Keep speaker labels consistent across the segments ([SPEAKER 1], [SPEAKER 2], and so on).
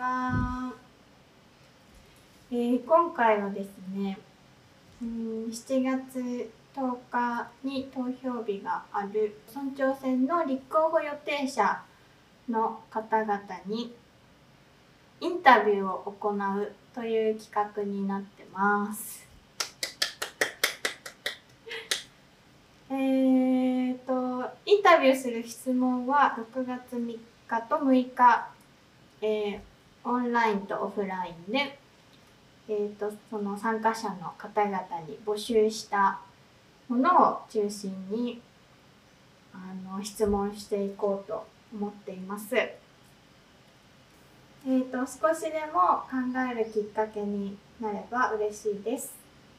[SPEAKER 1] は、今回はですね、7月10日に投票日がある村長選の立候補予定者の方々にインタビューを行うという企画になってます。インタビューする質問は6月3日と6日、オンラインとオフラインで、その参加者の方々に募集したものを中心に質問していこうと思っています。少しでも考えるきっかけになれば嬉しいです。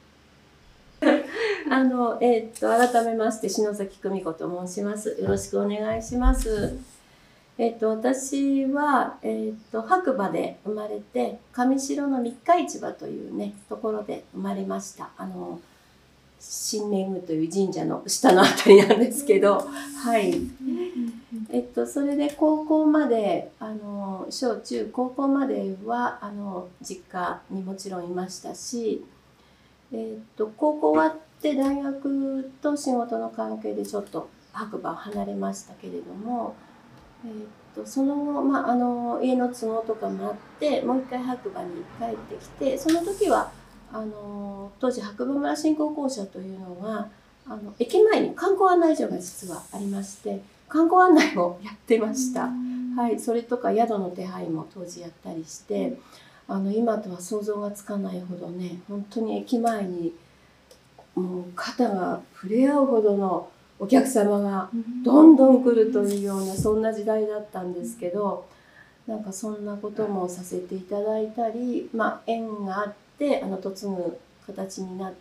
[SPEAKER 2] 改めまして篠崎久美子と申します。よろしくお願いします。私は、白馬で生まれて上白の三日市場というねところで生まれました。神明宮という神社の下のあたりなんですけど、はい。それで高校まで小中高校までは実家にもちろんいましたし、高校終わって大学と仕事の関係でちょっと白馬を離れましたけれども、その後、家の都合とかもあってもう一回白馬に帰ってきて、その時は当時白馬村振興公社というのが駅前に観光案内所が実はありまして、観光案内をやってました。はい、それとか宿の手配も当時やったりして、今とは想像がつかないほどね、本当に駅前にもう肩が触れ合うほどのお客様がどんどん来るというような、そんな時代だったんですけど、なんかそんなこともさせていただいたり、縁があって嫁ぐ形になって、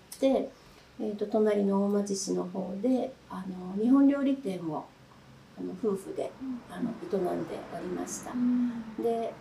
[SPEAKER 2] 隣の大町市の方で日本料理店を夫婦で営んでおりました。で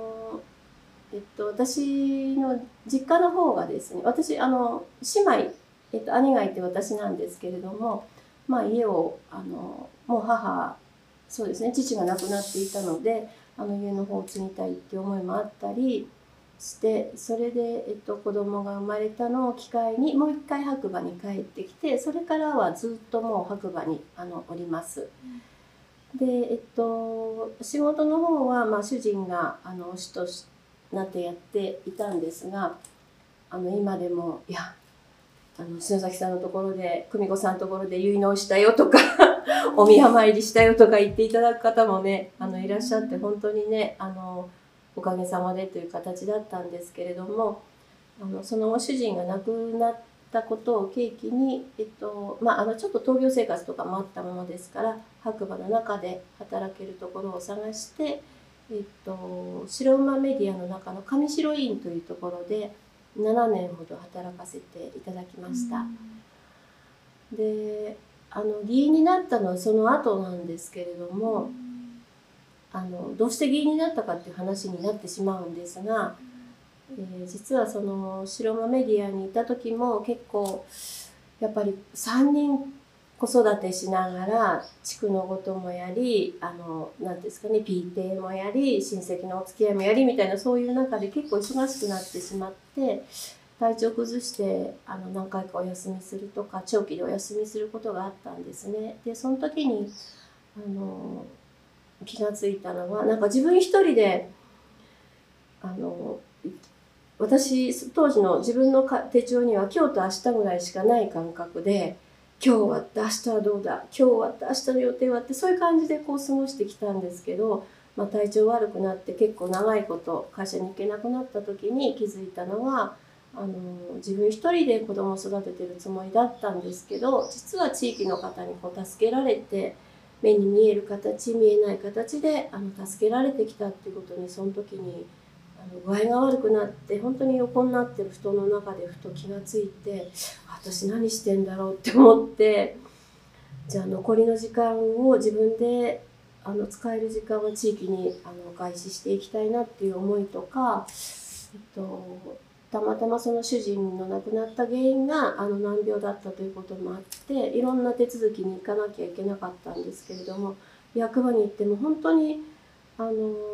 [SPEAKER 2] 私の実家の方がですね、私姉妹、兄がいて私なんですけれども、家をもう母、そうですね、父が亡くなっていたので家の方を継ぎたいっていう思いもあったりして、それで、子供が生まれたのを機会にもう一回白馬に帰ってきて、それからはずっともう白馬におります。で、仕事の方は、主人が主となってやっていたんですが、今でもいや篠崎さんのところで久美子さんのところで結納したよとかお宮参りしたよとか言っていただく方もねいらっしゃって、本当にねおかげさまでという形だったんですけれども、そのご主人が亡くなったことを契機に、ちょっと闘病生活とかもあったものですから、白馬の中で働けるところを探して、白馬メディアの中の上白委員というところで7年ほど働かせていただきました。で議員になったのはその後なんですけれども、どうして議員になったかっていう話になってしまうんですが、実はその白馬メディアにいた時も結構やっぱり3人子育てしながら地区のこともやり、何ですかね、PTA もやり、親戚のお付き合いもやりみたいな、そういう中で結構忙しくなってしまって体調崩して何回かお休みするとか長期でお休みすることがあったんですね。でその時に気がついたのは、なんか自分一人で私当時の自分の手帳には今日と明日ぐらいしかない感覚で、今日終わって明日はどうだ、今日終わって明日の予定はって、そういう感じでこう過ごしてきたんですけど、体調悪くなって結構長いこと会社に行けなくなった時に気づいたのは、自分一人で子供を育ててるつもりだったんですけど、実は地域の方にこう助けられて、目に見える形見えない形で助けられてきたっていうことに、その時に具合が悪くなって本当に横になってる布団の中でふと気がついて、私何してんだろうって思って、じゃあ残りの時間を自分で使える時間は地域に外資していきたいなっていう思いとか、たまたまその主人の亡くなった原因が難病だったということもあって、いろんな手続きに行かなきゃいけなかったんですけれども、役場に行っても本当に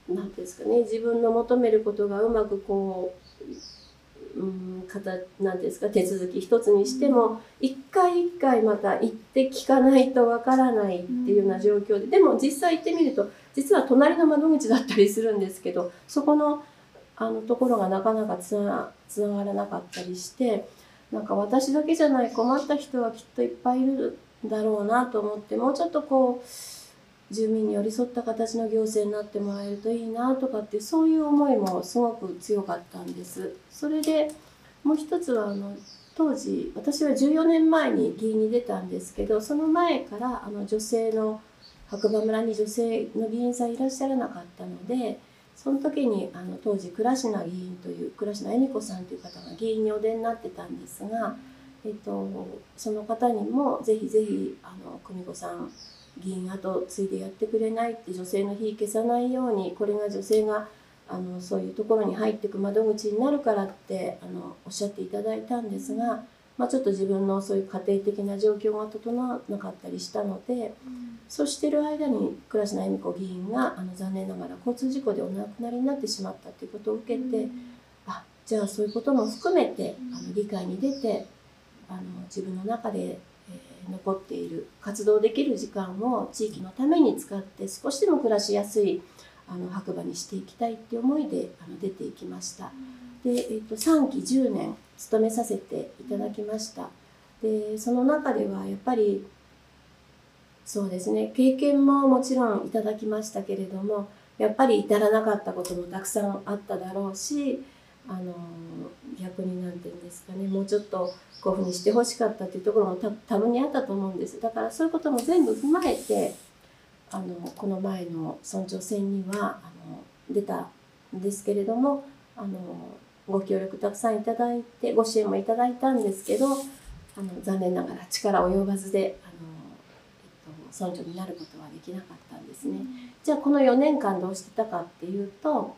[SPEAKER 2] なんですかね、自分の求めることがうまくこう、なんですか、手続き一つにしても一回一回また行って聞かないとわからないっていうような状況で、でも実際行ってみると実は隣の窓口だったりするんですけど、そこのところがなかなかつながらなかったりして、なんか私だけじゃない困った人はきっといっぱいいるんだろうなと思って、もうちょっとこう住民に寄り添った形の行政になってもらえるといいなとかって、そういう思いもすごく強かったんです。それでもう一つは当時私は14年前に議員に出たんですけど、その前から女性の白馬村に女性の議員さんいらっしゃらなかったので、その時に当時倉科議員という倉科恵美子さんという方が議員にお出になってたんですが、その方にもぜひぜひ久美子さん議員後継いでやってくれないって、女性の火消さないように、これが女性がそういうところに入っていく窓口になるからっておっしゃっていただいたんですが、ちょっと自分のそういう家庭的な状況が整わなかったりしたので、そうしてる間に倉科恵美子議員が残念ながら交通事故でお亡くなりになってしまったということを受けて、じゃあそういうことも含めて議会に出て自分の中で残っている活動できる時間を地域のために使って少しでも暮らしやすい白馬にしていきたいっていう思いで出ていきました。で、3期10年務めさせていただきました。でその中ではやっぱりそうですね、経験ももちろんいただきましたけれども、やっぱり至らなかったこともたくさんあっただろうし、逆に何て言うんですかね、もうちょっとこういうふうにしてほしかったっていうところも多分にあったと思うんです。だからそういうことも全部踏まえてこの前の村長選には出たんですけれども、ご協力たくさんいただいてご支援もいただいたんですけど、残念ながら力及ばずで村長になることはできなかったんですね。じゃあこの4年間どうしてたかっていうと、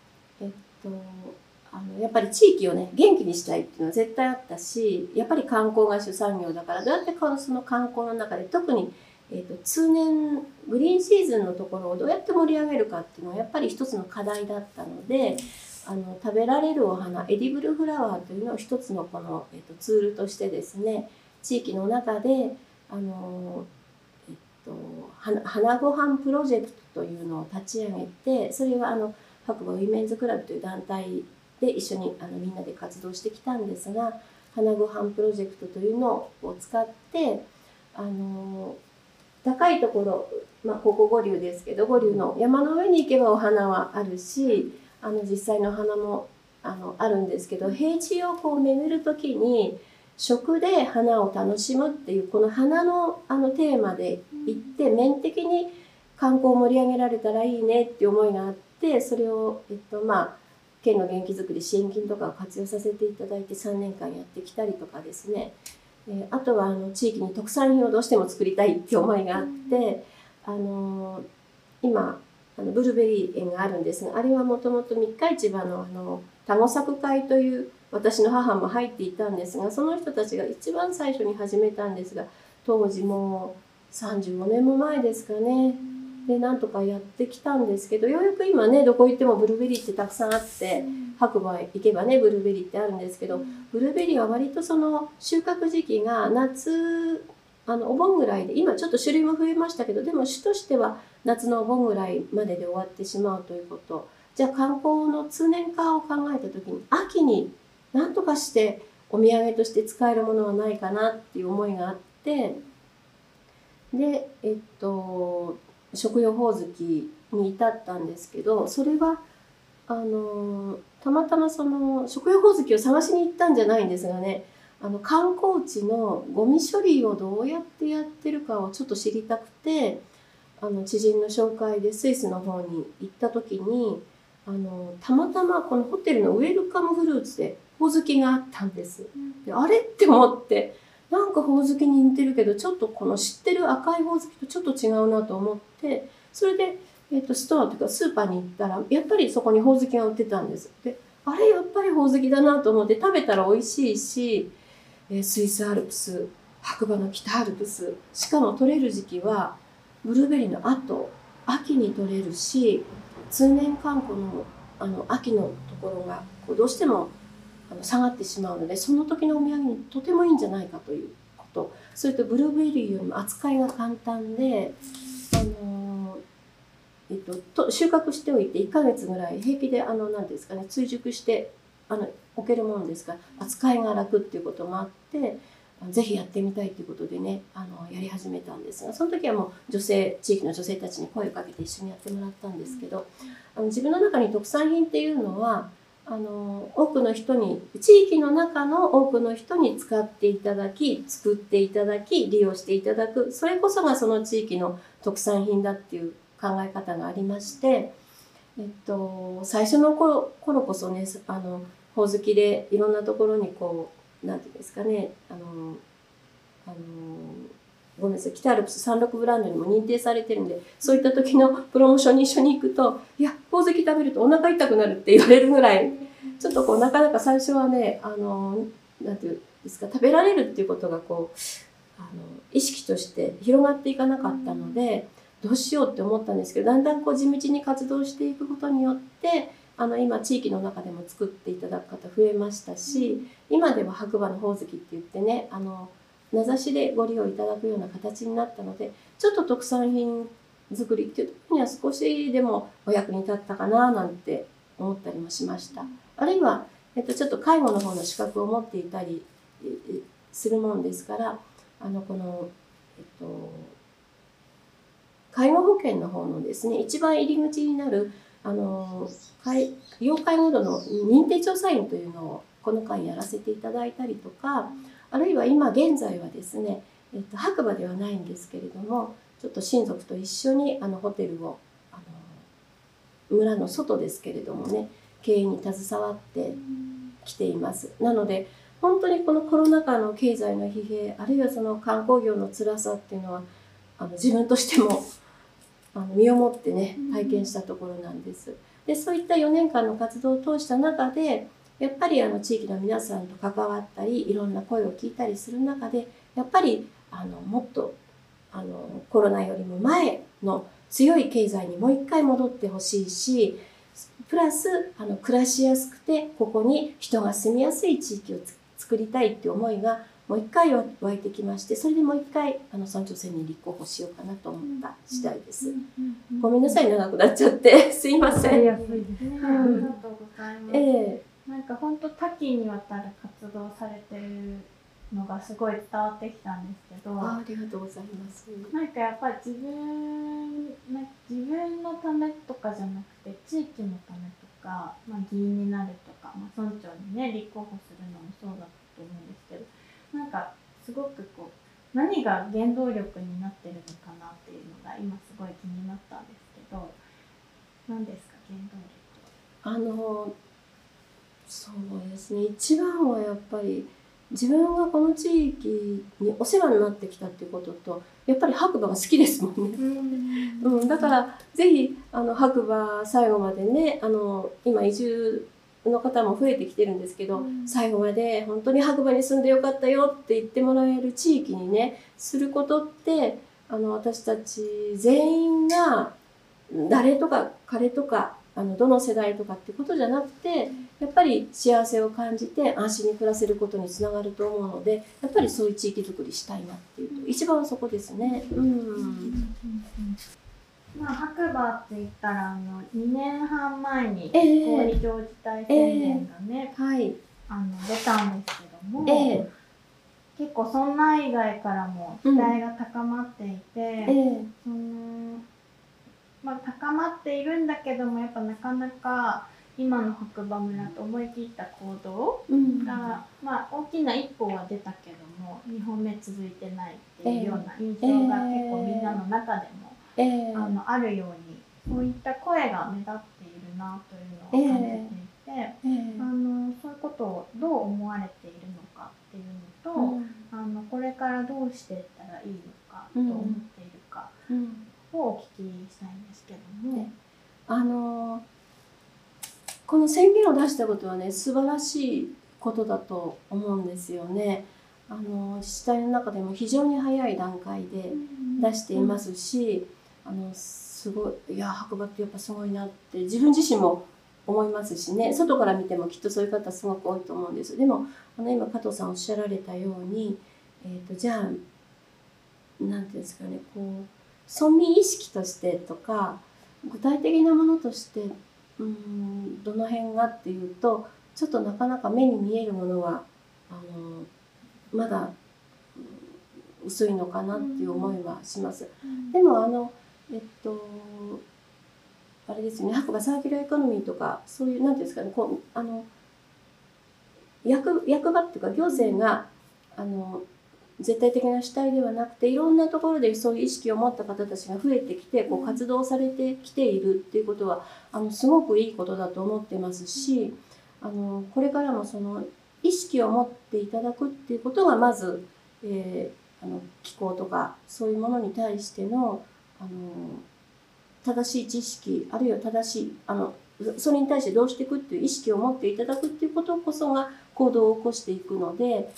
[SPEAKER 2] やっぱり地域をね元気にしたいっていうのは絶対あったし、やっぱり観光が主産業だから、どうやってその観光の中で特に、通年グリーンシーズンのところをどうやって盛り上げるかっていうのはやっぱり一つの課題だったので、食べられるお花エディブルフラワーというのを一つのこの、ツールとしてですね、地域の中で花ごはんプロジェクトというのを立ち上げて、それは白馬ウィメンズクラブという団体で一緒にみんなで活動してきたんですが、花ごはんプロジェクトというのを使って高いところ、ここ五竜ですけど、五竜の山の上に行けばお花はあるし実際の花もあるんですけど、平地をこう巡る時に食で花を楽しむっていうこの花のテーマで行って面的に観光を盛り上げられたらいいねっていう思いがあって、それを県の元気づくり支援金とかを活用させていただいて3年間やってきたりとかですね、あとは地域に特産品をどうしても作りたいっていう思いがあって、今ブルーベリー園があるんですが、あれはもともと三日市場の多語作会という私の母も入っていたんですが、その人たちが一番最初に始めたんですが、当時もう35年も前ですかね。でなんとかやってきたんですけど、ようやく今ねどこ行ってもブルーベリーってたくさんあって、白馬行けばねブルーベリーってあるんですけど、ブルーベリーは割とその収穫時期が夏お盆ぐらいで、今ちょっと種類も増えましたけど、でも主としては夏のお盆ぐらいまでで終わってしまうということ。じゃあ観光の通年化を考えた時に秋に何とかしてお土産として使えるものはないかなっていう思いがあって、で食用ほおずきに至ったんですけど、それはたまたまその食用ほおずきを探しに行ったんじゃないんですがね、観光地のゴミ処理をどうやってやってるかをちょっと知りたくて、知人の紹介でスイスの方に行った時にたまたまこのホテルのウェルカムフルーツでほおずきがあったんです。であれって思って、なんかほおずきに似てるけどちょっとこの知ってる赤いほおずきとちょっと違うなと思って、それで、ストアというかスーパーに行ったらやっぱりそこにほおずきが売ってたんです。であれやっぱりほおずきだなと思って食べたら美味しいし、スイスアルプス、白馬の北アルプス、しかも取れる時期はブルーベリーの後秋に取れるし、 通年観光の秋のところがこうどうしても下がってしまうので、その時のお土産にとてもいいんじゃないかということ、それとブルーベリーよりも扱いが簡単で、収穫しておいて1ヶ月ぐらい平気で何ですかね、追熟して置けるものですから、扱いが楽っていうこともあって、ぜひやってみたいということでねやり始めたんですが、その時はもう地域の女性たちに声をかけて一緒にやってもらったんですけど、自分の中に特産品っていうのは多くの人に、地域の中の多くの人に使っていただき、作っていただき、利用していただく、それこそがその地域の特産品だっていう考え方がありまして、最初の頃こそね、ほおずきでいろんなところにこうなんていうんですかね、ごめんなさい、北アルプス山麓ブランドにも認定されてるんで、そういった時のプロモーションに一緒に行くと、いや、ほおずき食べるとお腹痛くなるって言われるぐらい、ちょっとこうなかなか最初はね、なんていうんですか、食べられるっていうことがこう意識として広がっていかなかったので、どうしようって思ったんですけど、だんだんこう地道に活動していくことによって今地域の中でも作っていただく方増えましたし、今では白馬のほおずきって言ってね名指しでご利用いただくような形になったので、ちょっと特産品作りっていうところには少しでもお役に立ったかななんて思ったりもしました。あるいは、ちょっと介護の方の資格を持っていたりするもんですから、この、介護保険の方のですね、一番入り口になる要介護度の認定調査員というのをこの間やらせていただいたりとか、あるいは今現在はですね、白馬ではないんですけれども、ちょっと親族と一緒にホテルを村の外ですけれどもね、経営に携わってきています。なので本当にこのコロナ禍の経済の疲弊、あるいはその観光業の辛さっていうのは自分としても身をもってね体験したところなんです。でそういった4年間の活動を通した中で、やっぱり地域の皆さんと関わったり、いろんな声を聞いたりする中で、やっぱりもっとコロナよりも前の強い経済にもう一回戻ってほしいし、プラス暮らしやすくてここに人が住みやすい地域を作りたいっていう思いがもう一回湧いてきまして、それでもう一回村長選に立候補しようかなと思った次第です。ごめんなさい、長くなっちゃってすいません。
[SPEAKER 1] ありがとうございます。なんか本当多岐にわたる活動されてるのがすごい伝わってきたんですけど、
[SPEAKER 2] ありがとうございます。
[SPEAKER 1] なんかやっぱり自分のためとかじゃなくて地域のためとか、議員になるとか、村長にね立候補するのもそうだと思うんですけど、なんかすごくこう何が原動力になってるのかなっていうのが今すごい気になったんですけど、何ですか原動力？
[SPEAKER 2] そうですね、一番はやっぱり自分がこの地域にお世話になってきたっていうことと、やっぱり白馬が好きですもんね。だからぜひ白馬最後までね、今移住の方も増えてきてるんですけど、最後まで本当に白馬に住んでよかったよって言ってもらえる地域にねすることって、私たち全員が誰とか彼とかどの世代とかってことじゃなくて、やっぱり幸せを感じて安心に暮らせることにつながると思うので、やっぱりそういう地域づくりしたいなっていうと一番そこですね。
[SPEAKER 1] 白馬って言ったら2年半前に氷上事態宣言がね、出たんですけども、結構そんな以外からも期待が高まっていて、高まっているんだけども、やっぱなかなか今の白馬村と思い切った行動が、大きな一歩は出たけども2本目続いてないっていうような印象が結構みんなの中でも、あるように、そういった声が目立っているなというのを感じていて、そういうことをどう思われているのかっていうのと、これからどうしていったらいいのかと思っているかをお聞きしたいんですけども。
[SPEAKER 2] この宣言を出したことはね、素晴らしいことだと思うんですよね。自治体の中でも非常に早い段階で出していますし、 すごい、いや白馬ってやっぱすごいなって自分自身も思いますしね、外から見てもきっとそういう方すごく多いと思うんです。でも今加藤さんおっしゃられたように、じゃあなんていうんですかね、こう村民意識としてとか具体的なものとしてどの辺がっていうとちょっとなかなか目に見えるものはまだ薄いのかなっていう思いはします。でもあれですよね、白馬サーキュラーエコノミーとかそういうなんていうんですかね、こう役場っていうか行政が絶対的な主体ではなくていろんなところでそういう意識を持った方たちが増えてきてこう活動されてきているっていうことはすごくいいことだと思ってますしこれからもその意識を持っていただくっていうことがまず、気候とかそういうものに対しての正しい知識あるいは正しいそれに対してどうしていくっていう意識を持っていただくっていうことこそが行動を起こしていくので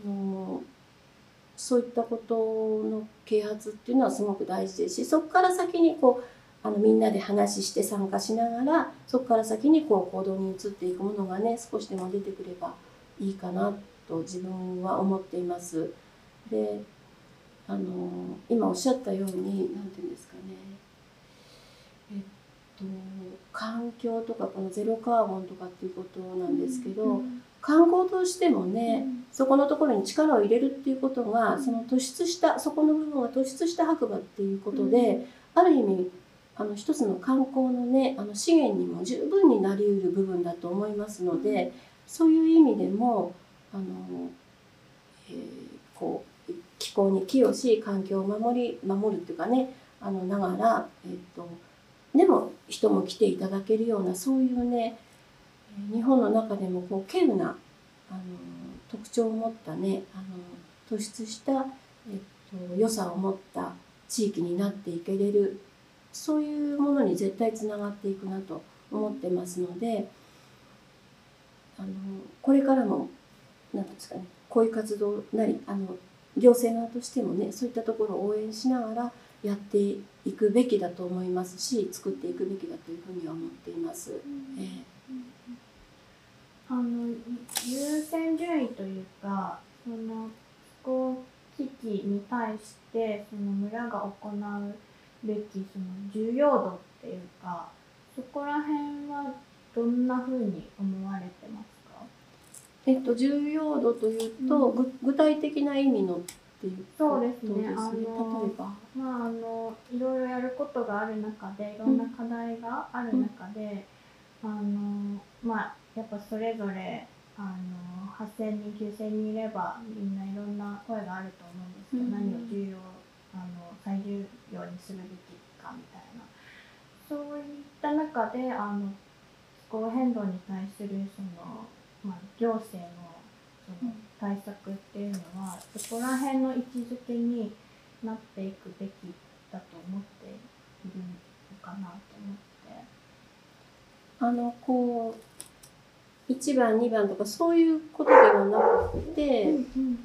[SPEAKER 2] そういったことの啓発っていうのはすごく大事ですしそこから先にこうみんなで話して参加しながらそこから先にこう行動に移っていくものがね少しでも出てくればいいかなと自分は思っています。で今おっしゃったように何て言うんですかね環境とかこのゼロカーボンとかっていうことなんですけど、観光としてもね、そこのところに力を入れるっていうことがその突出したそこの部分が突出した白馬っていうことで、ある意味一つの観光のね資源にも十分になりうる部分だと思いますので、そういう意味でもこう気候に寄与し環境を守るっていうかねながらでも人も来ていただけるようなそういうね日本の中でもこう稀有な特徴を持ったね突出した、良さを持った地域になっていけれるそういうものに絶対つながっていくなと思ってますのでこれからも何ていうんですかねこういう活動なり行政側としてもねそういったところを応援しながらやっていくべきだと思いますし作っていくべきだというふうには思っています。
[SPEAKER 1] 優先順位というかその気候危機に対してその村が行うべきその重要度っていうかそこら辺はどんなふうに思われてますか？
[SPEAKER 2] 重要度というと、具体的な意味のっていう
[SPEAKER 1] そうですね。
[SPEAKER 2] 例えば
[SPEAKER 1] いろいろやることがある中でいろんな課題がある中で、やっぱそれぞれ8,000人9,000人いればみんないろんな声があると思うんですけど、何を最重要にするべきかみたいなそういった中で気候変動に対する行政のその対策っていうのはそこら辺の位置づけになっていくべきだと思っているのかなと思って。
[SPEAKER 2] こう1番2番とかそういうことではなくて、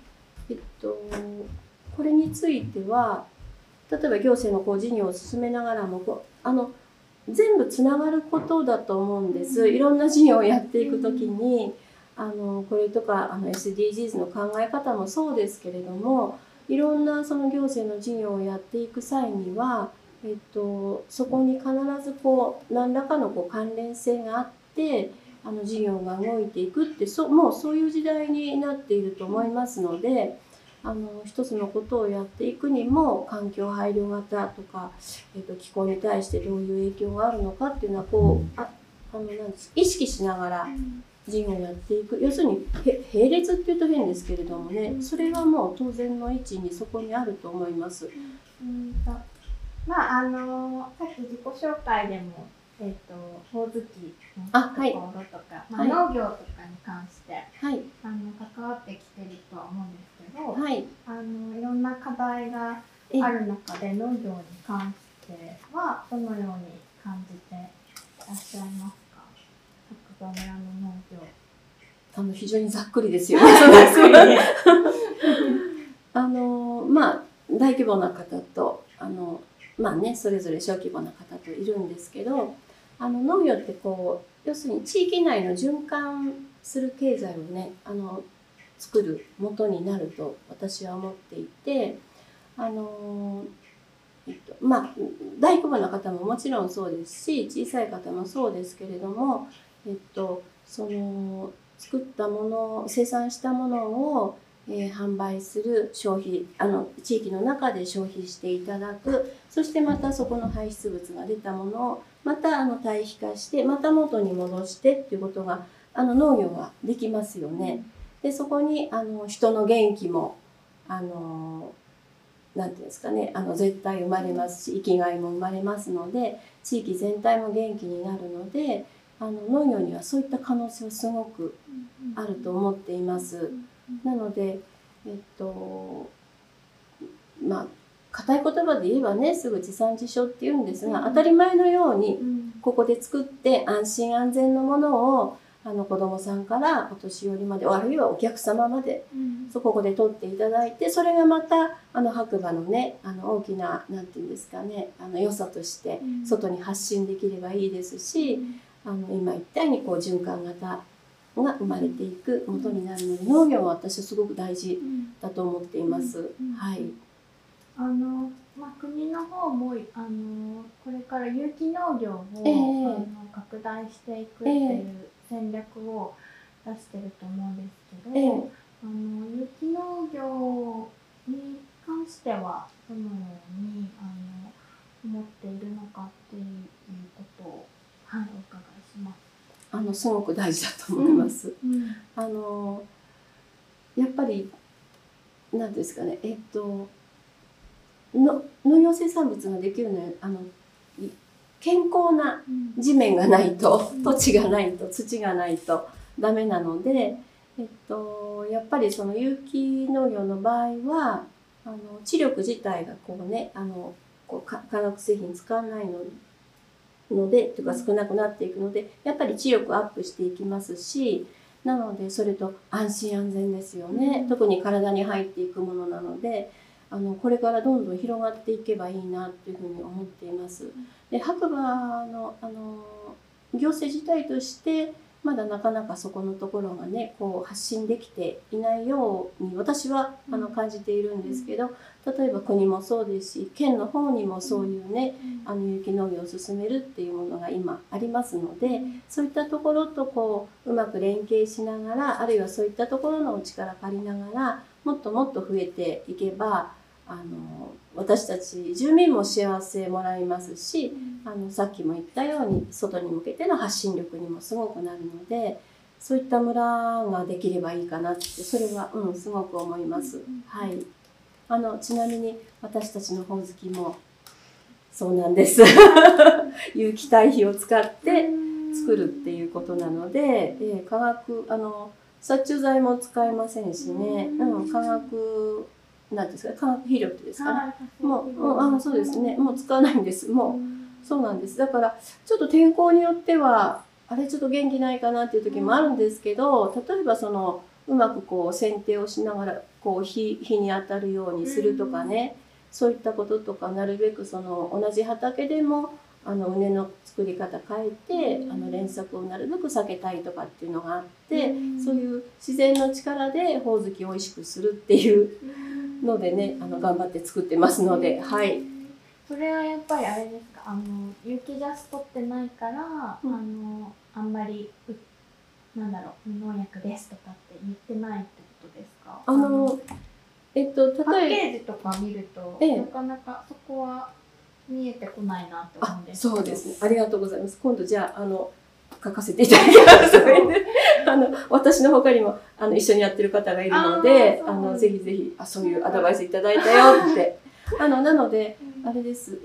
[SPEAKER 2] これについては例えば行政のこう事業を進めながらも全部つながることだと思うんです。いろんな事業をやっていくときにこれとかSDGs の考え方もそうですけれどもいろんなその行政の事業をやっていく際には、そこに必ずこう何らかのこう関連性があって事業が動いていくってもうそういう時代になっていると思いますので一つのことをやっていくにも環境配慮型とか、気候に対してどういう影響があるのかっていうのはこう意識しながら事業をやっていく要するに並列っていうと変ですけれどもねそれはもう当然の位置にそこにあると思います。
[SPEAKER 1] さっき自己紹介でもほおずきのところとか、農業とかに関して、関わってきてるとは思うんですけど、いろんな課題がある中で農業に関してはどのように感じていらっしゃいますか？白馬村の農業
[SPEAKER 2] 非常にざっくりですよね。大規模な方とまあねそれぞれ小規模な方といるんですけど、農業ってこう要するに地域内の循環する経済をね作る元になると私は思っていて、まあ大規模な方ももちろんそうですし小さい方もそうですけれども、その作ったもの生産したものを、販売する消費地域の中で消費していただく、そしてまたそこの排出物が出たものをまた堆肥化してまた元に戻してっていうことが農業はできますよね。でそこに人の元気もなんていうんですかね絶対生まれますし生きがいも生まれますので地域全体も元気になるので農業にはそういった可能性はすごくあると思っています。なのでまあ固い言葉で言えばねすぐ地産地消って言うんですが、当たり前のようにここで作って安心安全のものを子どもさんからお年寄りまであるいはお客様まで、ここで取っていただいてそれがまた白馬のね大きななんていうんですかね良さとして外に発信できればいいですし、今言ったようにこう循環型が生まれていく元になるので農業は私はすごく大事だと思っています。はい。
[SPEAKER 1] 国の方もこれから有機農業を、拡大していくっていう戦略を出してると思うんですけど、有機農業に関してはどのように思っているのかっていうことを、お伺いします。
[SPEAKER 2] すごく大事だと思います。やっぱり何ですかね農業生産物ができるのは健康な地面がないと、土地がないと土がないとダメなので、やっぱりその有機農業の場合は知力自体がこうね化学製品使わないのでとか少なくなっていくのでやっぱり知力アップしていきますし、なのでそれと安心安全ですよね、特に体に入っていくものなのでこれからどんどん広がっていけばいいなっていうふうに思っています。で白馬の行政自体としてまだなかなかそこのところがねこう発信できていないように私は感じているんですけど、例えば国もそうですし県の方にもそういうね有機農業を進めるっていうものが今ありますので、そういったところとこううまく連携しながらあるいはそういったところのお力借りながらもっともっと増えていけば私たち住民も幸せもらいますし、さっきも言ったように外に向けての発信力にもすごくなるので、そういった村ができればいいかなってそれは、すごく思います。はい。ちなみに私たちのほおずきもそうなんです有機堆肥を使って作るっていうことなので、化学殺虫剤も使えませんしね、化学なんですか化学肥料ってですかね、もうそうですねもう使わないんです。もうそうなんです。だからちょっと天候によってはあれちょっと元気ないかなっていう時もあるんですけど、例えばうまくこう剪定をしながらこう日に当たるようにするとかね、そういったこととかなるべく同じ畑でも畝の作り方変えて連作をなるべく避けたいとかっていうのがあって、そういう自然の力でほおずきをおいしくするっていうのでね頑張って作ってますので、はい。
[SPEAKER 1] それはやっぱりあれですか有機ジャス取ってないから、あんまりなんだろう無農薬ですとかって言ってないってことですか？
[SPEAKER 2] 例えば
[SPEAKER 1] パッケージとか見ると、なかなかそこは見えてこないなと思うんですけど。
[SPEAKER 2] そうですね。ありがとうございます。今度じゃあ書かせていただきます。私の他にも一緒にやってる方がいるので、ぜひぜひそういうアドバイスいただいたよってなのであれです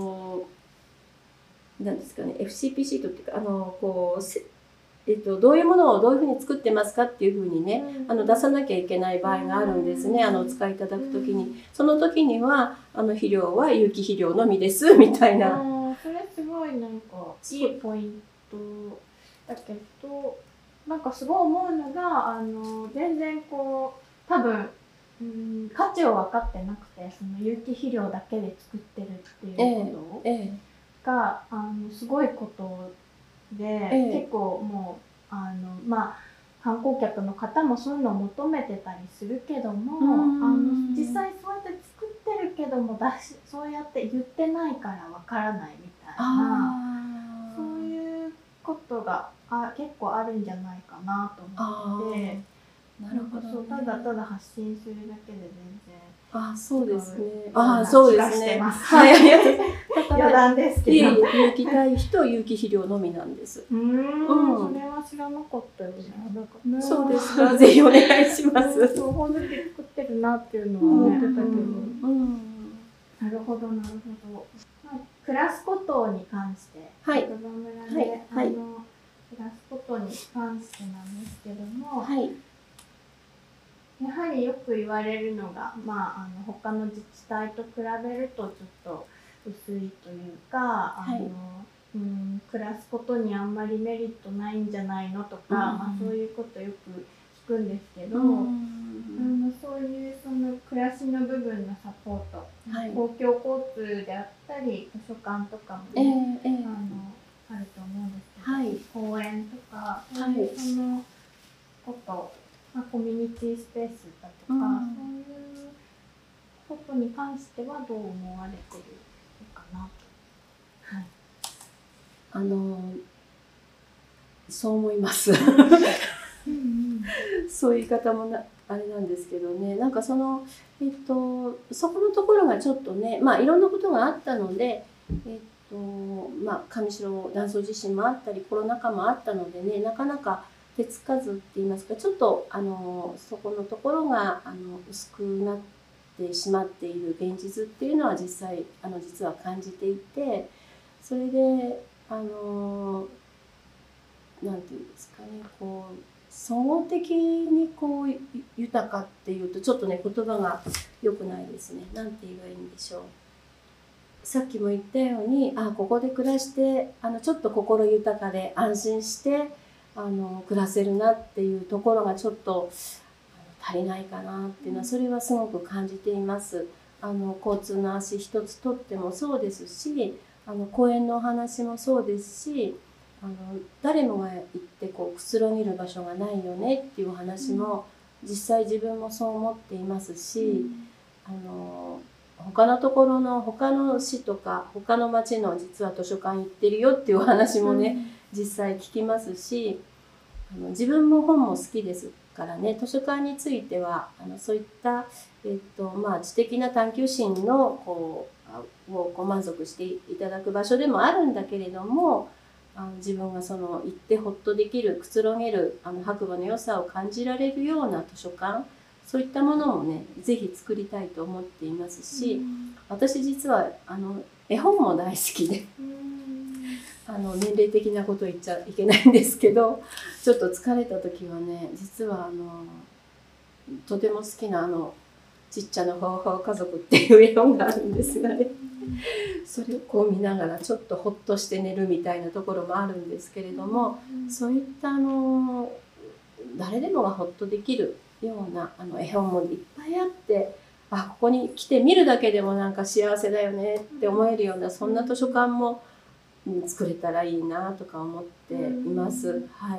[SPEAKER 2] なんですかね FCP シートっていうかこうどういうものをどういうふうに作ってますかっていうふうにね出さなきゃいけない場合があるんですね。お使いいただくときにその時には肥料は有機肥料のみですみたいな。
[SPEAKER 1] それすごいなんかいいポイントだけど、なんかすごい思うのが全然こう多分価値を分かってなくて、その有機肥料だけで作ってるっていうことが、すごいことで、結構もう観光客の方もそういうのを求めてたりするけども、実際そうやって作ってるけどもそうやって言ってないからわからないみたいな、そういうことが結構あるんじゃないかなと思って。
[SPEAKER 2] なるほど、ね、
[SPEAKER 1] そうただただ発信するだけで全然
[SPEAKER 2] そうですね。
[SPEAKER 1] そうですね。
[SPEAKER 2] はい、
[SPEAKER 1] 余談ですけど。
[SPEAKER 2] 有機堆肥と有機肥料のみなんです。
[SPEAKER 1] それは知らなかったよね。
[SPEAKER 2] そうですか。ぜひお願いします。
[SPEAKER 1] そう本当に作ってるなっていうのは思ってたけど。なるほどなるほど。暮らすことに関して、
[SPEAKER 2] はい。
[SPEAKER 1] 暮らすことに関してなんですけども。はい。やはりよく言われるのが、他の自治体と比べるとちょっと薄いというか、暮らすことにあんまりメリットないんじゃないのとか、そういうことよく聞くんですけど、そういうその暮らしの部分のサポート、公共交通であったり図書館とかもね、あると思うんですけど、公園とかそういうそのこと。コミュニティスペースだとか、そういうことに関してはどう思われてるのかなと。
[SPEAKER 2] そう思います。そういう言い方もあれなんですけどね、なんかそこのところがちょっとね、いろんなことがあったので、上白断層地震もあったりコロナ禍もあったのでね、なかなか手つかずって言いますか、ちょっとそこのところが薄くなってしまっている現実っていうのは実際実は感じていて、それでなんていうんですかね、こう総合的にこう豊かっていうとちょっとね言葉が良くないですね。なんて言えばいいんでしょう。さっきも言ったようにここで暮らしてちょっと心豊かで安心して暮らせるなっていうところがちょっと足りないかなっていうのは、それはすごく感じています。交通の足一つとってもそうですし、公園のお話もそうですし、誰もが行ってこうくつろげる場所がないよねっていうお話も実際自分もそう思っていますし、他のところの他の市とか他の町の実は図書館行ってるよっていうお話もね、実際聞きますし、自分も本も好きですからね、図書館についてはそういった、知的な探求心のを満足していただく場所でもあるんだけれども、自分が行ってほっとできるくつろげる白馬の良さを感じられるような図書館、そういったものもねぜひ作りたいと思っていますし、私実は絵本も大好きで。年齢的なこと言っちゃいけないんですけど、ちょっと疲れた時はね、実はとても好きなちっちゃなほうほう家族っていう絵本があるんですがね、それをこう見ながらちょっとほっとして寝るみたいなところもあるんですけれども、そういった誰でもがほっとできるような絵本もいっぱいあって、ここに来て見るだけでもなんか幸せだよねって思えるような、そんな図書館も作れたらいいなとか思っています。はい。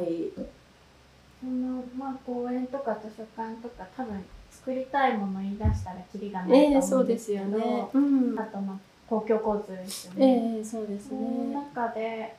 [SPEAKER 1] 公園とか図書館とか多分作りたいもの言い出したらキリがないと思うんですけど、あと公共交通ですよね。
[SPEAKER 2] そうですね。
[SPEAKER 1] その中で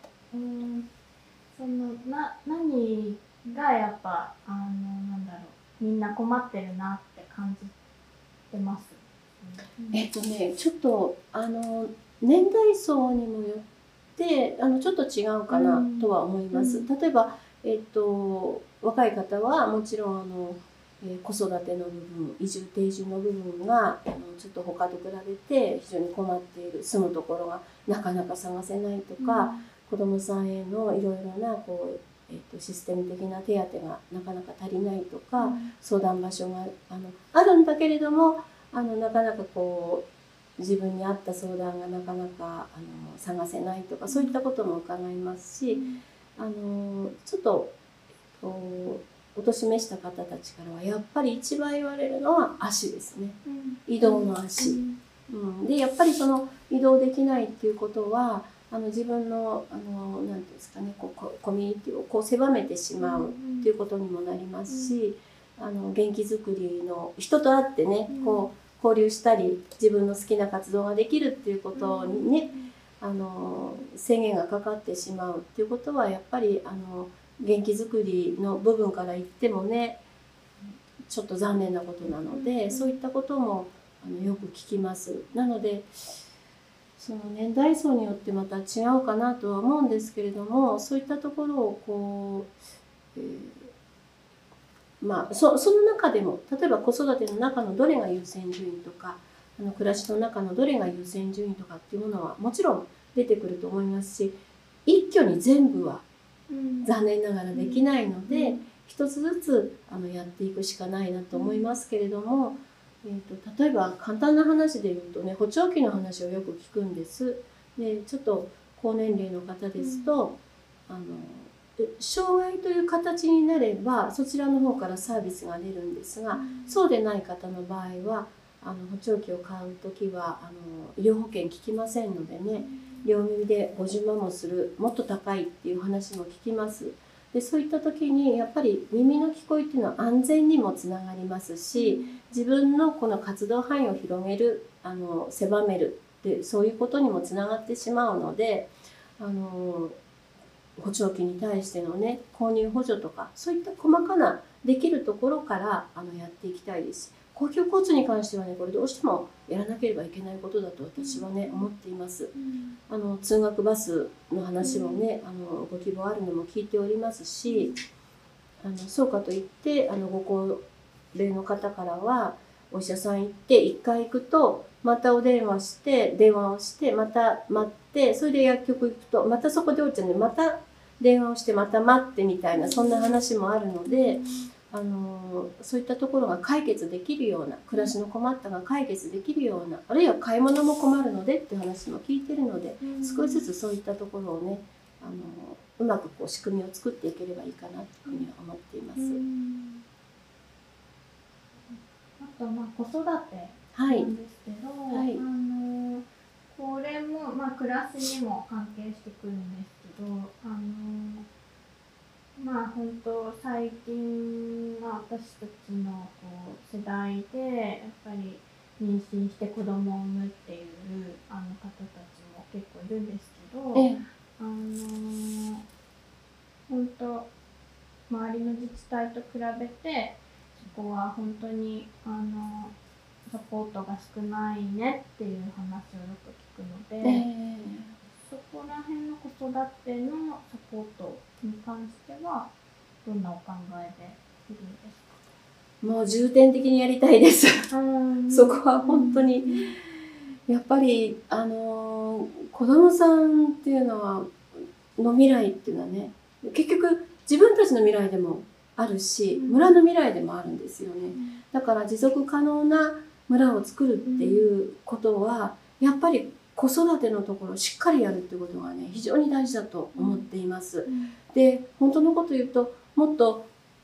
[SPEAKER 1] 何がやっぱみんな困ってるなって感じてます。
[SPEAKER 2] ちょっと年代層にもよってちょっと違うかなとは思います。例えば若い方はもちろん子育ての部分、移住定住の部分がちょっと他と比べて非常に困っている、住むところがなかなか探せないとか、子どもさんへのいろいろなシステム的な手当がなかなか足りないとか、相談場所があるんだけれどもなかなか自分に合った相談がなかなか探せないとか、そういったことも伺いますし、ちょっとお年めした方たちからはやっぱり一番言われるのは足ですね。移動の足。でやっぱりその移動できないっていうことは自分のなんていうんですかね、コミュニティをこう狭めてしまうっていうことにもなりますし、元気づくりの人と会ってね、こう交流したり自分の好きな活動ができるっていうことにね、制限がかかってしまうっていうことはやっぱり元気づくりの部分から言ってもねちょっと残念なことなので、そういったこともよく聞きます。なのでその年代層によってまた違うかなとは思うんですけれども、そういったところをこう、その中でも例えば子育ての中のどれが優先順位とか暮らしの中のどれが優先順位とかっていうものはもちろん出てくると思いますし、一挙に全部は残念ながらできないので、一つずつやっていくしかないなと思いますけれども、例えば簡単な話で言うとね、補聴器の話をよく聞くんです。でちょっと高年齢の方ですと、障害という形になればそちらの方からサービスが出るんですが、そうでない方の場合は補聴器を買う時は医療保険効きませんのでね、両耳で50万もする、もっと高いっていう話も聞きます。でそういった時にやっぱり耳の聞こえっていうのは安全にもつながりますし、自分のこの活動範囲を広げる狭めるってそういうことにもつながってしまうので、補聴器に対してのね購入補助とかそういった細かなできるところからやっていきたいです。公共交通に関してはね、これどうしてもやらなければいけないことだと私はね思っています。通学バスの話もねご希望あるのも聞いておりますし、そうかといってご高齢の方からはお医者さん行って1回行くとまたお電話して電話をしてまた待って、それで薬局行くとまたそこでおっちゃんでまた電話をしてまた待ってみたいな、そんな話もあるので、そういったところが解決できるような、暮らしの困ったが解決できるような、あるいは買い物も困るのでっていう話も聞いてるので、少しずつそういったところをねうまくこう仕組みを作っていければいいかなというふうには思っています。
[SPEAKER 1] あと子育てなんですけど、これも暮らしにも関係してくるんですけど、本当最近私たちの世代でやっぱり妊娠して子供を産むっていう方たちも結構いるんですけど、本当周りの自治体と比べてそこは本当にサポートが少ないねっていう話をよく聞くので、そこら辺の子育てのサポートに関してはどんなお考えでいるんですか？
[SPEAKER 2] もう重点的にやりたいです。そこは本当にやっぱり子供さんっていうのはの未来っていうのはね、結局自分たちの未来でもあるし、村の未来でもあるんですよね。だから持続可能な村を作るっていうことはやっぱり子育てのところをしっかりやるっていうことがね非常に大事だと思っています。で本当のこと言うともっと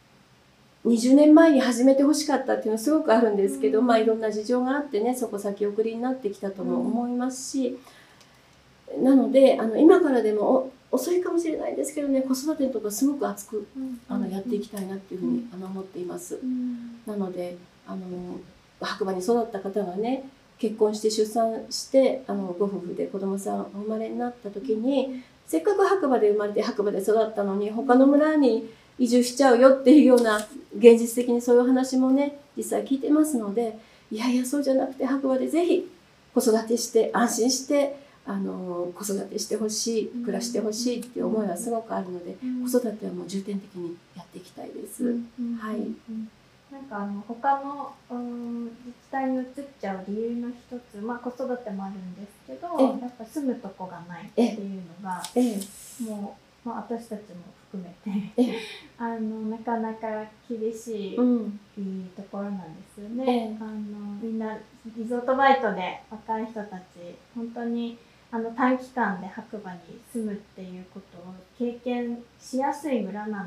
[SPEAKER 2] 20年前に始めてほしかったっていうのはすごくあるんですけど、いろんな事情があってねそこ先送りになってきたとも思いますし、なので今からでも遅いかもしれないんですけどね、子育てのところすごく熱くやっていきたいなっていうふうに思っています。なので白馬に育った方がね結婚して出産してご夫婦で子供さんお生まれになった時に、せっかく白馬で生まれて白馬で育ったのに他の村に移住しちゃうよっていうような現実的にそういう話もね実際聞いてますので、いやいやそうじゃなくて白馬でぜひ子育てして安心して子育てしてほしい、暮らしてほしいっていう思いはすごくあるので、子育てはもう重点的にやっていきたいです。はい。
[SPEAKER 1] なんか他の自治体に移っちゃう理由の一つ、子育てもあるんですけど、やっぱ住むとこがないっていうのがもう、私たちも含めてなかなか厳しい、ところなんですよね。みんなリゾートバイトで若い人たち本当に短期間で白馬に住むっていうことを経験しやすい村なんだけど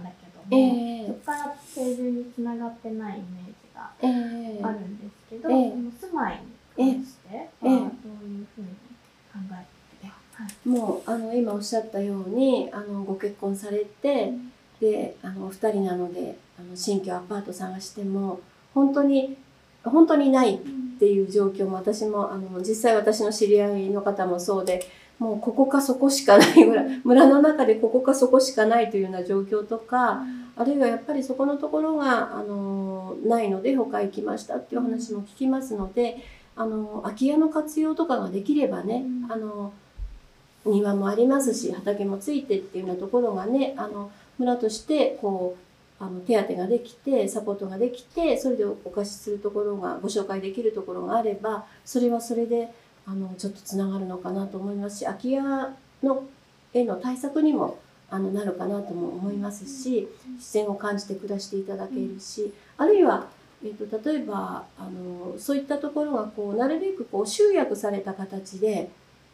[SPEAKER 1] そこから定住につながってないイメージがあるんですけど、その住まいに関してはどういうふうに考えて、
[SPEAKER 2] もう今おっしゃったようにご結婚されて、でお二人なので新居アパート探しても本当にないっていう状況も、私も実際私の知り合いの方もそうで、もうここかそこしかないぐらい、村の中でここかそこしかないというような状況とか、あるいはやっぱりそこのところがないので他行きましたっていう話も聞きますので、空き家の活用とかができればね、庭もありますし畑もついてっていうようなところがね、村としてこう手当ができてサポートができて、それでお貸しするところがご紹介できるところがあれば、それはそれでちょっとつながるのかなと思いますし、空き家への対策にもなるかなとも思いますし、自然を感じて暮らしていただけるし、あるいは、例えばそういったところがなるべく集約された形で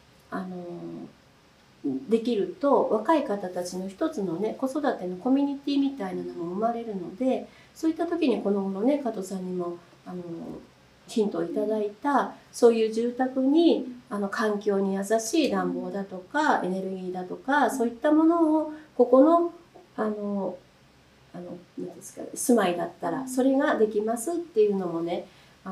[SPEAKER 2] できると、若い方たちの一つのね子育てのコミュニティみたいなのも生まれるので、そういった時にこの頃ね加藤さんにもヒントをいただいた、そういう住宅に環境に優しい暖房だとかエネルギーだとか、そういったものをここの何ですか、住まいだったらそれができますっていうのもね、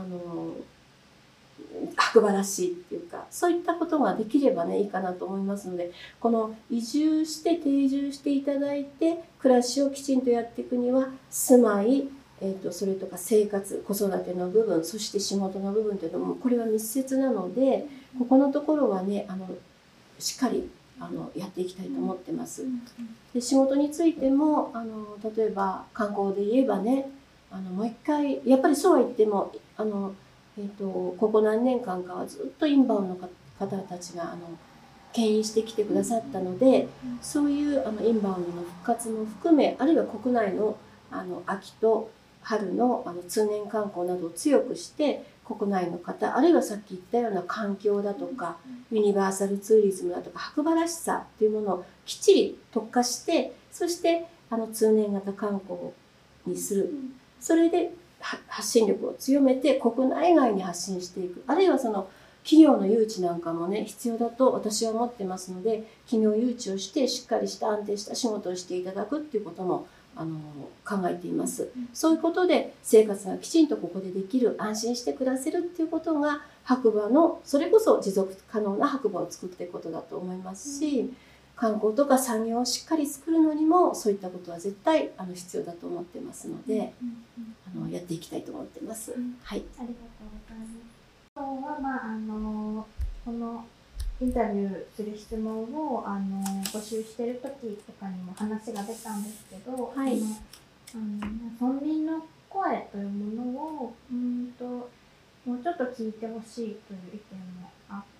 [SPEAKER 2] 白馬らしいっていうか、そういったことができればねいいかなと思いますので、この移住して定住していただいて暮らしをきちんとやっていくには、住まい、それとか生活、子育ての部分、そして仕事の部分というのもこれは密接なので、ここのところはねしっかりやっていきたいと思ってます。で仕事についても例えば観光で言えばね、もう一回やっぱりそうは言ってもここ何年間かはずっとインバウンドの方たちが牽引してきてくださったので、そういうインバウンドの復活も含め、あるいは国内の秋と春の通年観光などを強くして、国内の方、あるいはさっき言ったような環境だとかユニバーサルツーリズムだとか白馬らしさというものをきっちり特化して、そして通年型観光にする、それで発信力を強めて国内外に発信していく、あるいはその企業の誘致なんかもね必要だと私は思ってますので、企業誘致をしてしっかりした安定した仕事をしていただくっていうことも考えています。そういうことで生活がきちんとここでできる、安心して暮らせるっていうことが白馬の、それこそ持続可能な白馬を作っていくことだと思いますし、観光とか産業をしっかり作るのにもそういったことは絶対必要だと思ってますので、やっていきたいと思ってます。はい。
[SPEAKER 1] ありがとうございます。今日はこのインタビューする質問を募集してる時とかにも話が出たんですけど、
[SPEAKER 2] はい、
[SPEAKER 1] 村民の声というものをもうちょっと聞いてほしいという意見もあって、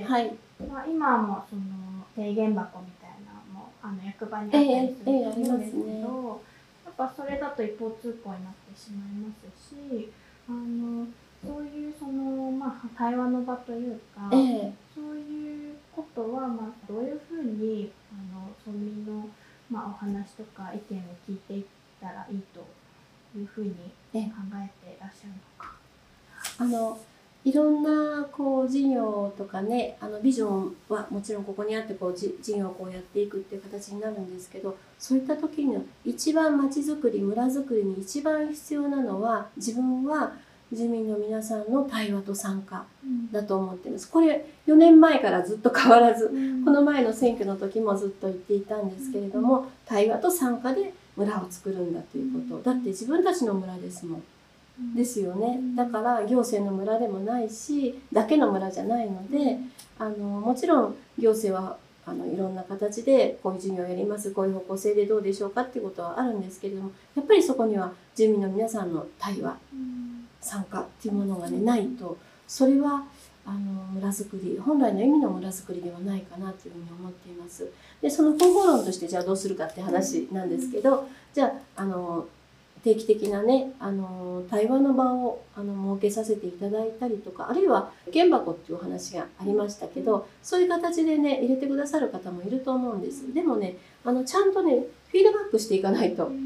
[SPEAKER 2] はい、
[SPEAKER 1] 今もその提言箱みたいなのも役場にあったりすると思うんですけど、やっぱそれだと一方通行になってしまいますし、そういう対話の場というか、そういうことはどういうふうに村民のお話とか意見を聞いていったらいいというふうに考えていらっしゃるのか。
[SPEAKER 2] いろんな事業とかね、ビジョンはもちろんここにあって事業をやっていくっていう形になるんですけど、そういった時に一番町づくり、村づくりに一番必要なのは、自分は住民の皆さんの対話と参加だと思っています。これ4年前からずっと変わらず、この前の選挙の時もずっと言っていたんですけれども、対話と参加で村を作るんだということ。だって自分たちの村ですもん。ですよね。だから行政の村でもないしだけの村じゃないので、もちろん行政はいろんな形でこういう事業をやります、こういう方向性でどうでしょうかっていうことはあるんですけれども、やっぱりそこには住民の皆さんの対話、参加っていうものがねないと、それは村づくり、本来の意味の村づくりではないかなというふうに思っています。でその方法論としてじゃあどうするかって話なんですけど、じゃあ定期的なね対話の場を設けさせていただいたりとか、あるいは原箱っていうお話がありましたけど、そういう形でね入れてくださる方もいると思うんです。でもねちゃんとねフィードバックしていかないと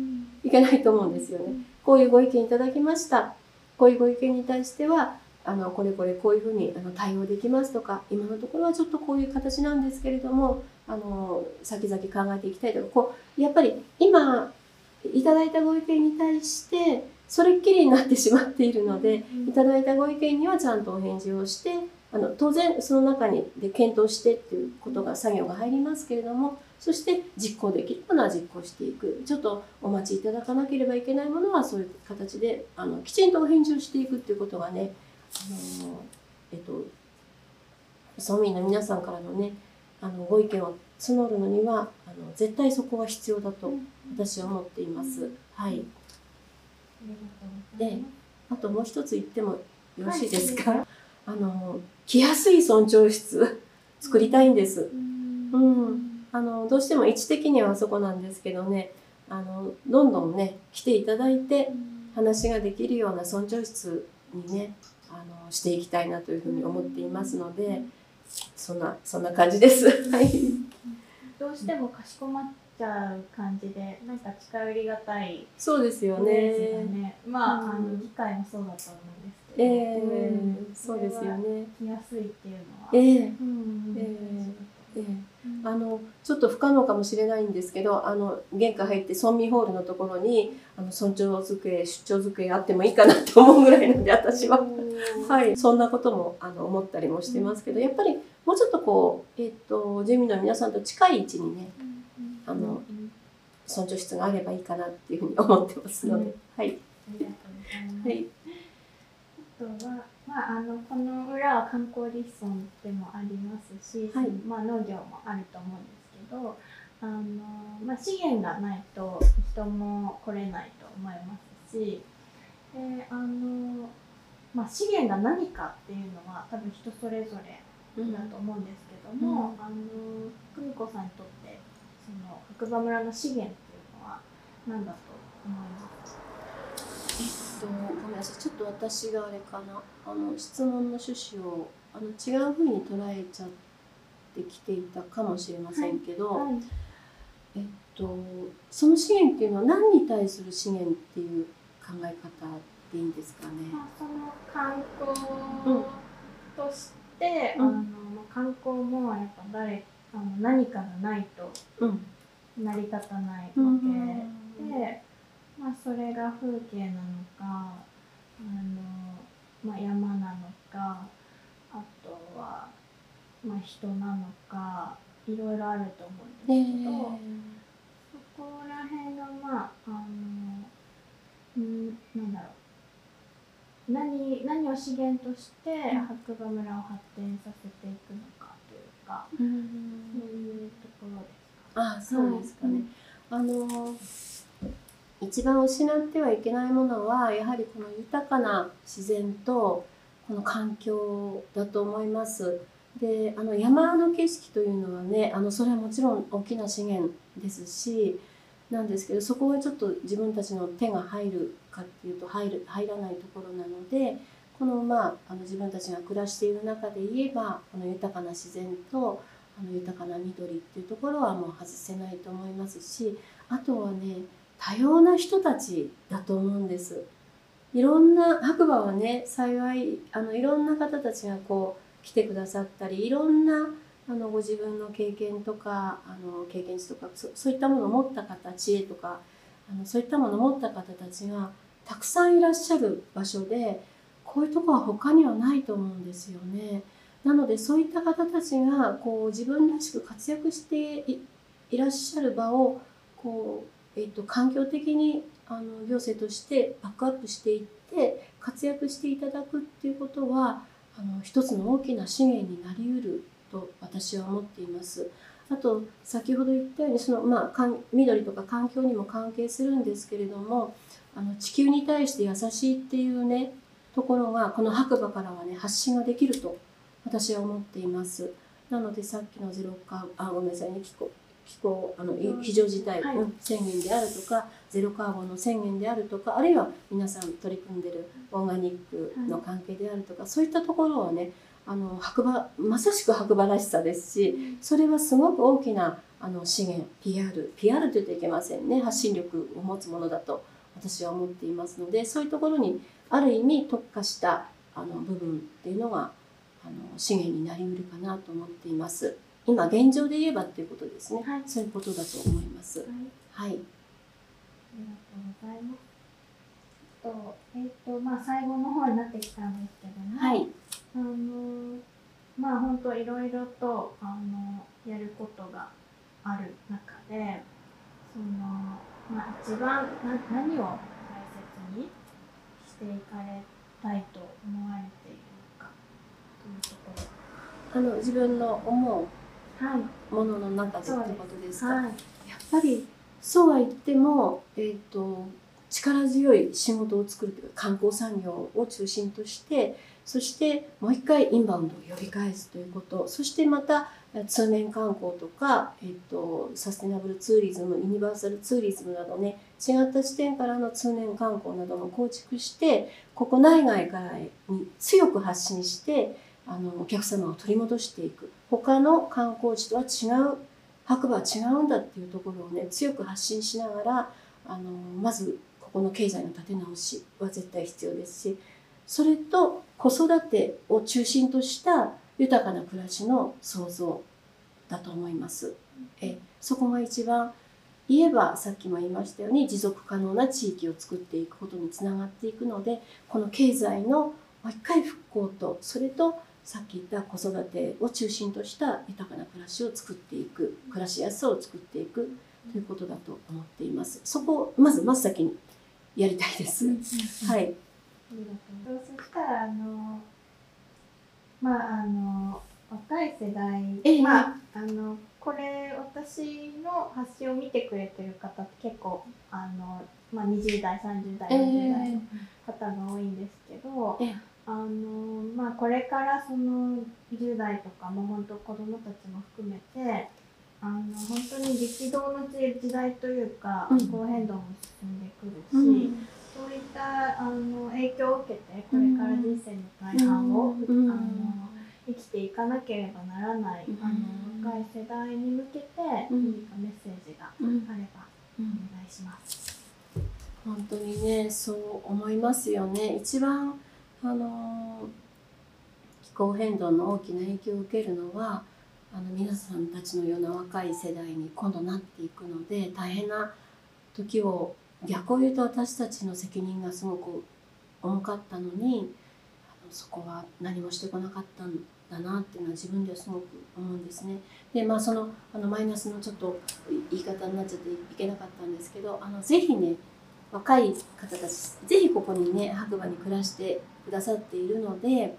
[SPEAKER 2] いけないと思うんですよね。こういうご意見いただきました。こういうご意見に対してはこれこれこういうふうに対応できますとか、今のところはちょっとこういう形なんですけれども先々考えていきたいとか、やっぱり今いただいたご意見に対してそれっきりになってしまっているので、いただいたご意見にはちゃんとお返事をして当然その中で検討してっていうことが作業が入りますけれども、そして実行できるものは実行していく、ちょっとお待ちいただかなければいけないものはそういう形できちんとお返事をしていくっていうことがね、村民の皆さんからのねご意見を募るのには絶対そこは必要だと私は思っています。はい。で、あともう一つ言ってもよろしいですか？来やすい村長室作りたいんです。どうしても位置的にはそこなんですけどね、どんどんね来ていただいて話ができるような村長室にねしていきたいなというふうに思っていますので、そんな感じです。はい。
[SPEAKER 1] どうしてもかしこまっちゃう感じで、なんか近寄りがたい。
[SPEAKER 2] そうですよね。
[SPEAKER 1] まあ議会もそうだと思うんですけど。
[SPEAKER 2] そうですよね。
[SPEAKER 1] 来やすいっていうの
[SPEAKER 2] は。ちょっと不可能かもしれないんですけど、玄関入って村民ホールのところに村長机、出張机あってもいいかなと思うぐらいなんで、私ははい、そんなことも思ったりもしてますけど、やっぱりもうちょっとこう住民の皆さんと近い位置にね村長室があればいいかなっていうふうに思ってますので、はい。
[SPEAKER 1] ありがとうございます。あとはこの裏は観光立村でもありますし、農業もあると思うんですけど、資源がないと人も来れないと思いますし、資源が何かっていうのは多分人それぞれだと思うんですけども、久美子さんにとってその白馬村の資源っていうのは何だと思いますか？
[SPEAKER 2] ごめんなさい、ちょっと私があれかな、質問の趣旨を違うふうに捉えちゃってきていたかもしれませんけど、その資源っていうのは何に対する資源っていう考え方でいいんですかね。
[SPEAKER 1] その観光として、観光もやっぱ何かがないと成り立たないわけで。それが風景なのか山なのか、あとは人なのか、いろいろあると思うんですけど、そこら辺がなんだろう、何を資源として白馬村を発展させていくのかというか、そういうところですか。
[SPEAKER 2] そうですかね。一番失ってはいけないものはやはりこの豊かな自然とこの環境だと思います。で山の景色というのはねそれはもちろん大きな資源ですしなんですけど、そこはちょっと自分たちの手が入るかっていうと入らないところなので、この自分たちが暮らしている中で言えばこの豊かな自然と豊かな緑っていうところはもう外せないと思いますし、あとはね多様な人たちだと思うんです。いろんな白馬はね幸いいろんな方たちが来てくださったり、いろんなご自分の経験とか経験値とかそういったものを持った方、知恵とかそういったものを持った方たちがたくさんいらっしゃる場所で、こういうとこは他にはないと思うんですよね。なのでそういった方たちが自分らしく活躍していらっしゃる場を環境的に行政としてバックアップしていって活躍していただくっていうことは一つの大きな資源になりうると私は思っています。あと先ほど言ったように緑とか環境にも関係するんですけれども、地球に対して優しいっていうねところがこの白馬からはね発信ができると私は思っています。なのでさっきのごめんなさいね気候非常事態宣言であるとかゼロカーボンの宣言であるとか、あるいは皆さん取り組んでるオーガニックの関係であるとか、そういったところはねまさしく白馬らしさですし、それはすごく大きな資源 PR と言ってはいけませんね、発信力を持つものだと私は思っていますので、そういうところにある意味特化した部分っていうのが資源になりうるかなと思っています。今現状で言えばっていうことですね、そういうことだと思います。はい、ありがと
[SPEAKER 1] うございます。最後の方になってきたんですけども、
[SPEAKER 2] はい、
[SPEAKER 1] 本当いろいろとやることがある中で、一番何を大切にしていかれたいと思われているのかというところ。
[SPEAKER 2] 自分の思うものの中でってことですか。やっぱりそうは言っても、力強い仕事を作るというか、観光産業を中心として、そしてもう一回インバウンドを呼び返すということ、そしてまた通年観光とか、サステナブルツーリズム、ユニバーサルツーリズムなどね、違った視点からの通年観光なども構築して、国内外からに強く発信して、お客様を取り戻していく。他の観光地とは違う、白馬は違うんだっていうところをね、強く発信しながら、まずここの経済の立て直しは絶対必要ですし、それと子育てを中心とした豊かな暮らしの創造だと思います。そこが一番、言えばさっきも言いましたように持続可能な地域を作っていくことにつながっていくので、この経済のもう一回復興と、それとさっき言った子育てを中心とした豊かな暮らしを作っていく、暮らしやすさを作っていくということだと思っています。そこをまず真っ先にやりたいです。はい。
[SPEAKER 1] そしたら若い世代、これ私の発信を見てくれてる方って結構20代30代40代の方が多いんですけど、これからその10代とかも本当子どもたちも含めて本当に激動の時代というか、気候変動も進んでくるし、そういった影響を受けてこれから人生の大半を生きていかなければならない若い世代に向けて何かメッセージがあればお願いします。
[SPEAKER 2] 本当にね、そう思いますよね。一番気候変動の大きな影響を受けるのは皆さんたちのような若い世代に今度なっていくので、大変な時を、逆を言うと私たちの責任がすごく重かったのに、そこは何もしてこなかったんだなっていうのは自分ではすごく思うんですね。でマイナスのちょっと言い方になっちゃっていけなかったんですけど、ぜひね、若い方たちぜひここにね白馬に暮らしてくださっているので、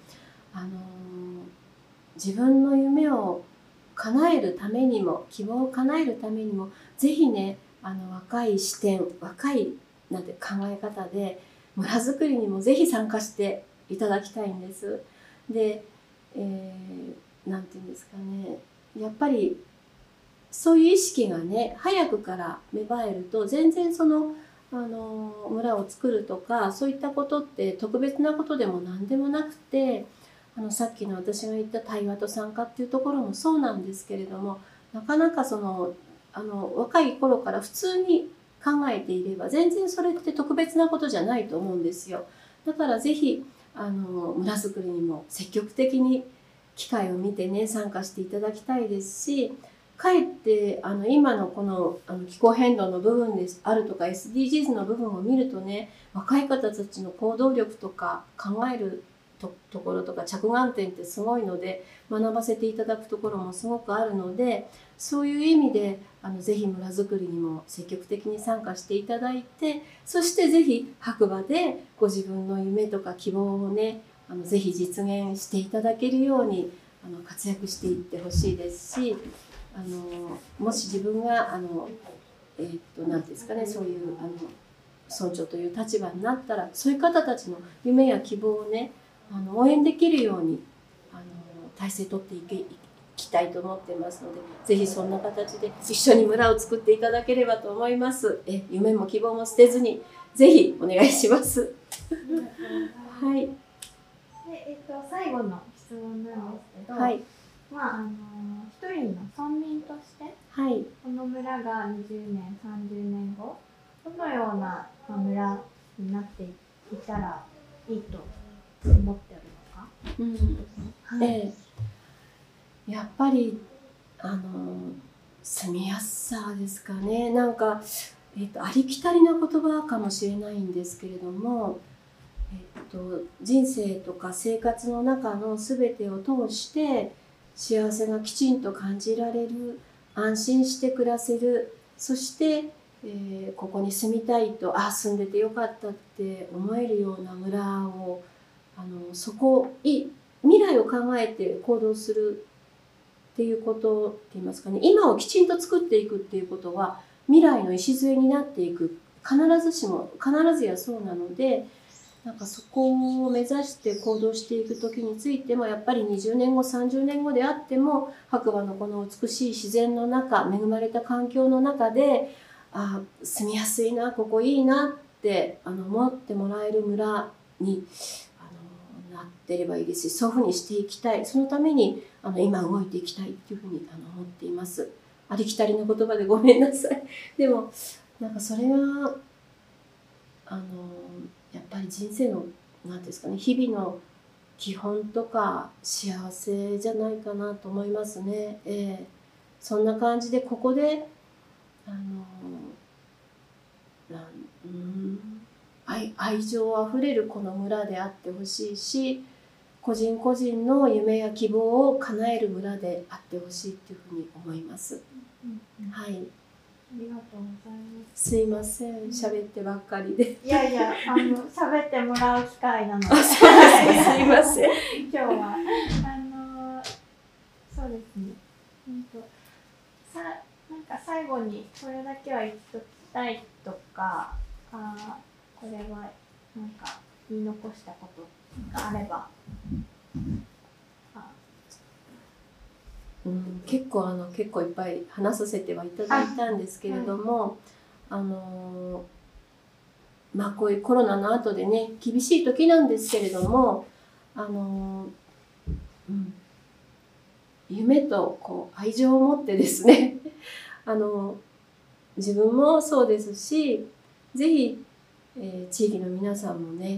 [SPEAKER 2] 自分の夢を叶えるためにも、希望を叶えるためにも、ぜひね若い視点、若い考え方で村づくりにもぜひ参加していただきたいんです。で、なんていうんですかね、やっぱりそういう意識がね早くから芽生えると、全然村を作るとかそういったことって特別なことでも何でもなくて、さっきの私が言った対話と参加っていうところもそうなんですけれども、なかなか若い頃から普通に考えていれば全然それって特別なことじゃないと思うんですよ。だからぜひ村づくりにも積極的に機会を見てね参加していただきたいですし、かえって今のこの気候変動の部分であるとか SDGs の部分を見るとね、若い方たちの行動力とか考えるところとか着眼点ってすごいので、学ばせていただくところもすごくあるので、そういう意味でぜひ村づくりにも積極的に参加していただいて、そしてぜひ白馬でご自分の夢とか希望をねぜひ実現していただけるように活躍していってほしいですし、もし自分が何て言うんですかね、そういう村長という立場になったら、そういう方たちの夢や希望をね応援できるように体制取っていきたいと思ってますので、ぜひそんな形で一緒に村を作っていただければと思います。夢も希望も捨てずにぜひお願いします。はい。
[SPEAKER 1] で最後の質問なんですけど、
[SPEAKER 2] はい、
[SPEAKER 1] 一人の村民として
[SPEAKER 2] はい、
[SPEAKER 1] この村が20年30年後どのような村になっていたらいいと思ってるのか。
[SPEAKER 2] うん、
[SPEAKER 1] はい、
[SPEAKER 2] やっぱり住みやすさですかね。なんか、ありきたりな言葉かもしれないんですけれども、人生とか生活の中の全てを通して幸せがきちんと感じられる、安心して暮らせる、そして、ここに住みたいと、住んでてよかったって思えるような村を未来を考えて行動するっていうことって言いますかね、今をきちんと作っていくっていうことは未来の礎になっていく、必ずやそうなので、なんかそこを目指して行動していく時についても、やっぱり20年後30年後であっても白馬のこの美しい自然の中、恵まれた環境の中で住みやすいな、ここいいなって思ってもらえる村になってればいいですし、そういうふうにしていきたい、そのために今動いていきたいっていうふうに思っています。ありきたりな言葉でごめんなさい。でもなんかそれがやっぱり人生の何ですかね、日々の基本とか幸せじゃないかなと思いますね。そんな感じでここで愛情あふれるこの村であってほしいし、個人個人の夢や希望を叶える村であってほしいっていうふうに思います。はい。
[SPEAKER 1] ありがとうございます。
[SPEAKER 2] すいません、喋ってばっかりで。
[SPEAKER 1] いやいや、喋ってもらう機会なので。
[SPEAKER 2] そうですね、すいません。
[SPEAKER 1] 今日はそうですね。なんか最後にこれだけは言っときたいとか、これはなんか言い残したことがあれば。
[SPEAKER 2] 結構いっぱい話させてはいただいたんですけれども、こういうコロナの後でね、厳しい時なんですけれども、夢と愛情を持ってですね自分もそうですし、ぜひ、地域の皆さんもね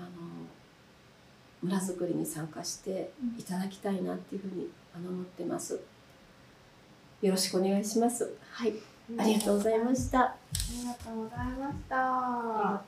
[SPEAKER 2] 村づくりに参加していただきたいなっていうふうに思ってます。よろしくお願いします。はい、ありがとうございました。
[SPEAKER 1] ありがとうございました。